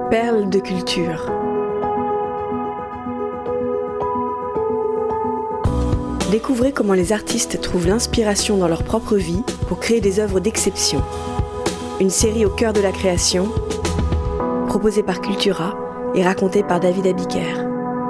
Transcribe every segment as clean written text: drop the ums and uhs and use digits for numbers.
Perles de culture. Découvrez comment les artistes trouvent l'inspiration dans leur propre vie pour créer des œuvres d'exception. Une série au cœur de la création, proposée par Cultura et racontée par David Abiker.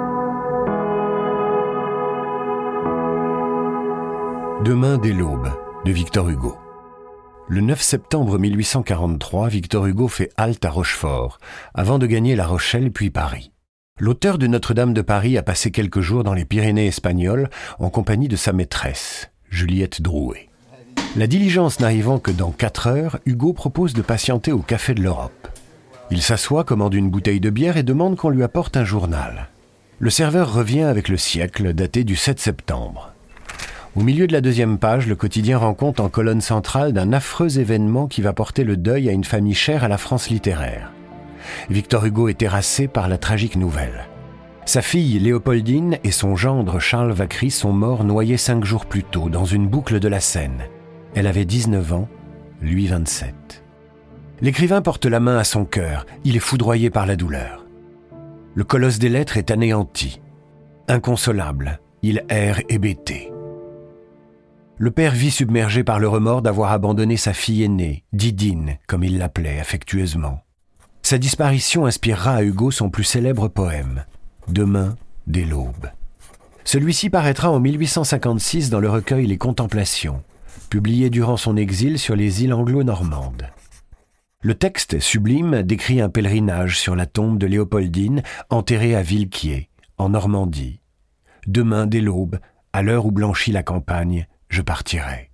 Demain dès l'aube, de Victor Hugo. Le 9 septembre 1843, Victor Hugo fait halte à Rochefort, avant de gagner La Rochelle puis Paris. L'auteur de Notre-Dame de Paris a passé quelques jours dans les Pyrénées espagnoles en compagnie de sa maîtresse, Juliette Drouet. La diligence n'arrivant que dans 4 heures, Hugo propose de patienter au Café de l'Europe. Il s'assoit, commande une bouteille de bière et demande qu'on lui apporte un journal. Le serveur revient avec Le Siècle, daté du 7 septembre. Au milieu de la 2e page, le quotidien rend compte en colonne centrale d'un affreux événement qui va porter le deuil à une famille chère à la France littéraire. Victor Hugo est terrassé par la tragique nouvelle. Sa fille Léopoldine et son gendre Charles Vacry sont morts noyés 5 jours plus tôt dans une boucle de la Seine. Elle avait 19 ans, lui 27. L'écrivain porte la main à son cœur, il est foudroyé par la douleur. Le colosse des lettres est anéanti. Inconsolable, il erre hébété. Le père vit submergé par le remords d'avoir abandonné sa fille aînée, Didine, comme il l'appelait affectueusement. Sa disparition inspirera à Hugo son plus célèbre poème, Demain dès l'aube. Celui-ci paraîtra en 1856 dans le recueil Les Contemplations, publié durant son exil sur les îles anglo-normandes. Le texte sublime décrit un pèlerinage sur la tombe de Léopoldine, enterrée à Villequier, en Normandie. Demain dès l'aube, à l'heure où blanchit la campagne, je partirai.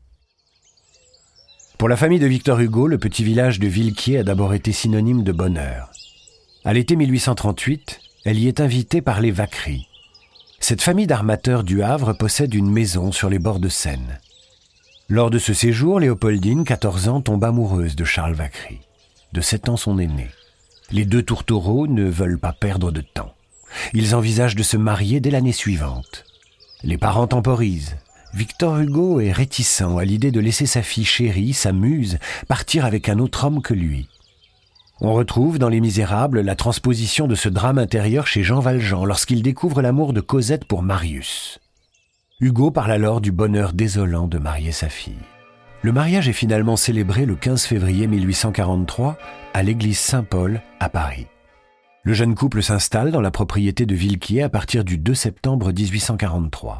Pour la famille de Victor Hugo, le petit village de Villequier a d'abord été synonyme de bonheur. À l'été 1838, elle y est invitée par les Vacry. Cette famille d'armateurs du Havre possède une maison sur les bords de Seine. Lors de ce séjour, Léopoldine, 14 ans, tombe amoureuse de Charles Vacry, de 7 ans son aîné. Les 2 tourtereaux ne veulent pas perdre de temps. Ils envisagent de se marier dès l'année suivante. Les parents temporisent. Victor Hugo est réticent à l'idée de laisser sa fille chérie, sa muse, partir avec un autre homme que lui. On retrouve dans Les Misérables la transposition de ce drame intérieur chez Jean Valjean lorsqu'il découvre l'amour de Cosette pour Marius. Hugo parle alors du bonheur désolant de marier sa fille. Le mariage est finalement célébré le 15 février 1843 à l'église Saint-Paul à Paris. Le jeune couple s'installe dans la propriété de Villequier à partir du 2 septembre 1843.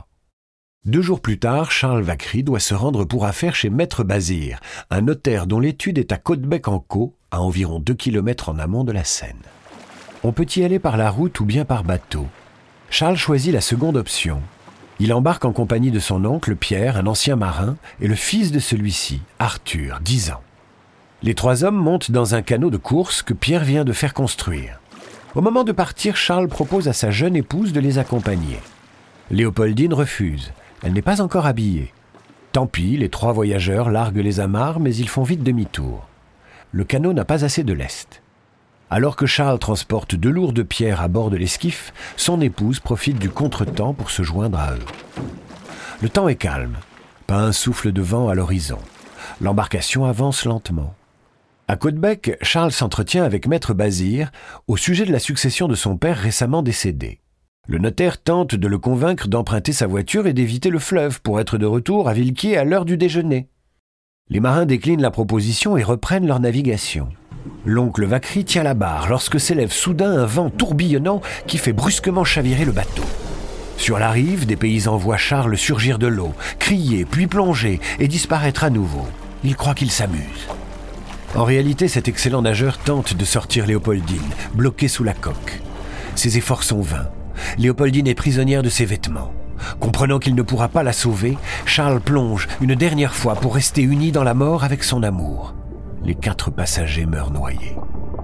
2 jours plus tard, Charles Vacry doit se rendre pour affaires chez Maître Bazire, un notaire dont l'étude est à Caudebec-en-Caux, à environ 2 km en amont de la Seine. On peut y aller par la route ou bien par bateau. Charles choisit la seconde option. Il embarque en compagnie de son oncle Pierre, un ancien marin, et le fils de celui-ci, Arthur, 10 ans. Les 3 hommes montent dans un canot de course que Pierre vient de faire construire. Au moment de partir, Charles propose à sa jeune épouse de les accompagner. Léopoldine refuse. Elle n'est pas encore habillée. Tant pis, les 3 voyageurs larguent les amarres, mais ils font vite demi-tour. Le canot n'a pas assez de lest. Alors que Charles transporte 2 lourdes pierres à bord de l'esquif, son épouse profite du contretemps pour se joindre à eux. Le temps est calme, pas un souffle de vent à l'horizon. L'embarcation avance lentement. À Caudebec, Charles s'entretient avec Maître Bazire au sujet de la succession de son père récemment décédé. Le notaire tente de le convaincre d'emprunter sa voiture et d'éviter le fleuve pour être de retour à Villequier à l'heure du déjeuner. Les marins déclinent la proposition et reprennent leur navigation. L'oncle Vacry tient la barre lorsque s'élève soudain un vent tourbillonnant qui fait brusquement chavirer le bateau. Sur la rive, des paysans voient Charles surgir de l'eau, crier, puis plonger et disparaître à nouveau. Ils croient qu'il s'amuse. En réalité, cet excellent nageur tente de sortir Léopoldine, bloquée sous la coque. Ses efforts sont vains. Léopoldine est prisonnière de ses vêtements. Comprenant qu'il ne pourra pas la sauver, Charles plonge une dernière fois pour rester uni dans la mort avec son amour. Les 4 passagers meurent noyés.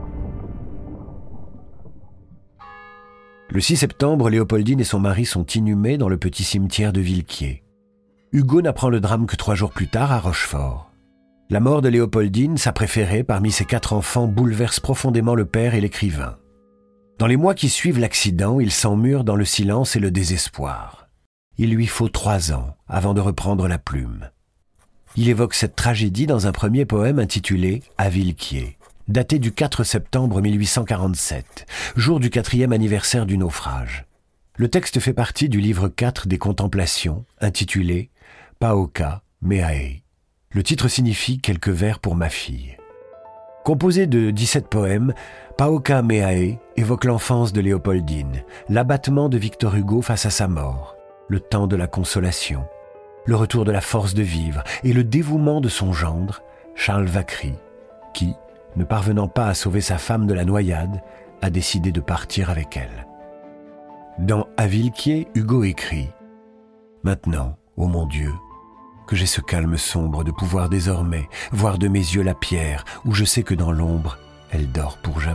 Le 6 septembre, Léopoldine et son mari sont inhumés dans le petit cimetière de Villequier. Hugo n'apprend le drame que 3 jours plus tard à Rochefort. La mort de Léopoldine, sa préférée parmi ses 4 enfants, bouleverse profondément le père et l'écrivain. Dans les mois qui suivent l'accident, il s'emmure dans le silence et le désespoir. Il lui faut 3 ans avant de reprendre la plume. Il évoque cette tragédie dans un premier poème intitulé « À Villequier ». daté du 4 septembre 1847, jour du 4e anniversaire du naufrage. Le texte fait partie du livre 4 des Contemplations, intitulé « Paoka Meae ». Le titre signifie « Quelques vers pour ma fille ». Composé de 17 poèmes, Paoka Meae évoque l'enfance de Léopoldine, l'abattement de Victor Hugo face à sa mort, le temps de la consolation, le retour de la force de vivre et le dévouement de son gendre, Charles Vacry, qui, ne parvenant pas à sauver sa femme de la noyade, a décidé de partir avec elle. Dans À Villequier, Hugo écrit « Maintenant, ô mon Dieu, que j'ai ce calme sombre de pouvoir désormais voir de mes yeux la pierre où je sais que dans l'ombre, elle dort pour jamais. »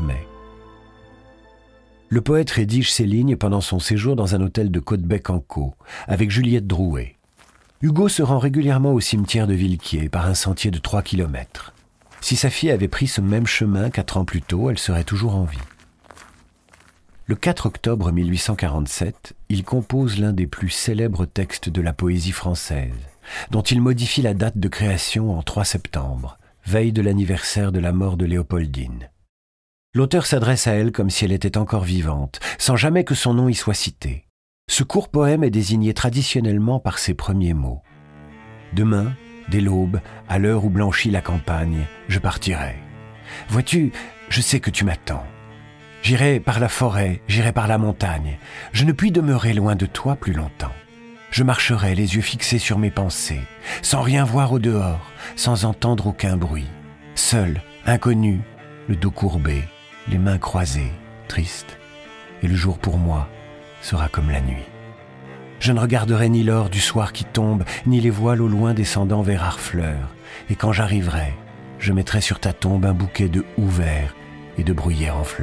Le poète rédige ces lignes pendant son séjour dans un hôtel de Caudebec-en-Caux, avec Juliette Drouet. Hugo se rend régulièrement au cimetière de Villequier par un sentier de 3 kilomètres. Si sa fille avait pris ce même chemin 4 ans plus tôt, elle serait toujours en vie. Le 4 octobre 1847, il compose l'un des plus célèbres textes de la poésie française, dont il modifie la date de création en 3 septembre, veille de l'anniversaire de la mort de Léopoldine. L'auteur s'adresse à elle comme si elle était encore vivante, sans jamais que son nom y soit cité. Ce court poème est désigné traditionnellement par ces premiers mots. « Demain, dès l'aube, à l'heure où blanchit la campagne, je partirai. Vois-tu, je sais que tu m'attends. J'irai par la forêt, j'irai par la montagne. Je ne puis demeurer loin de toi plus longtemps. Je marcherai les yeux fixés sur mes pensées, sans rien voir au dehors, sans entendre aucun bruit. Seul, inconnu, le dos courbé, les mains croisées, triste. Et le jour pour moi sera comme la nuit. Je ne regarderai ni l'or du soir qui tombe, ni les voiles au loin descendant vers Harfleur. Et quand j'arriverai, je mettrai sur ta tombe un bouquet de houx verts et de bruyères en fleurs. »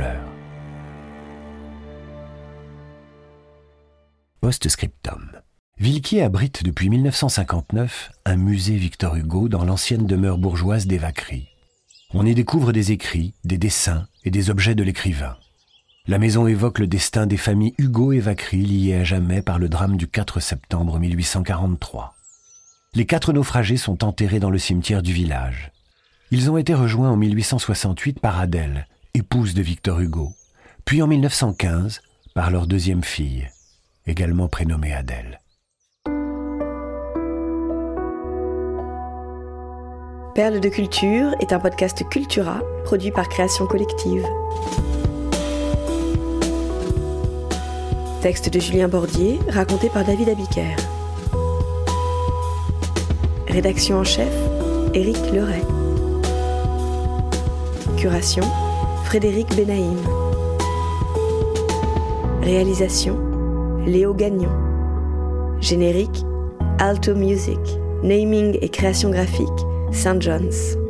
Post-scriptum. Villequier abrite depuis 1959 un musée Victor Hugo dans l'ancienne demeure bourgeoise des Vacry. On y découvre des écrits, des dessins et des objets de l'écrivain. La maison évoque le destin des familles Hugo et Vacry liées à jamais par le drame du 4 septembre 1843. Les 4 naufragés sont enterrés dans le cimetière du village. Ils ont été rejoints en 1868 par Adèle, épouse de Victor Hugo, puis en 1915 par leur deuxième fille, également prénommée Adèle. Perles de culture est un podcast Cultura produit par Création Collective. Texte de Julien Bordier, raconté par David Abiker. Rédaction en chef, Éric Leray. Curation, Frédéric Benaïm. Réalisation, Léo Gagnon. Générique, Alto Music. Naming et création graphique, St. John's.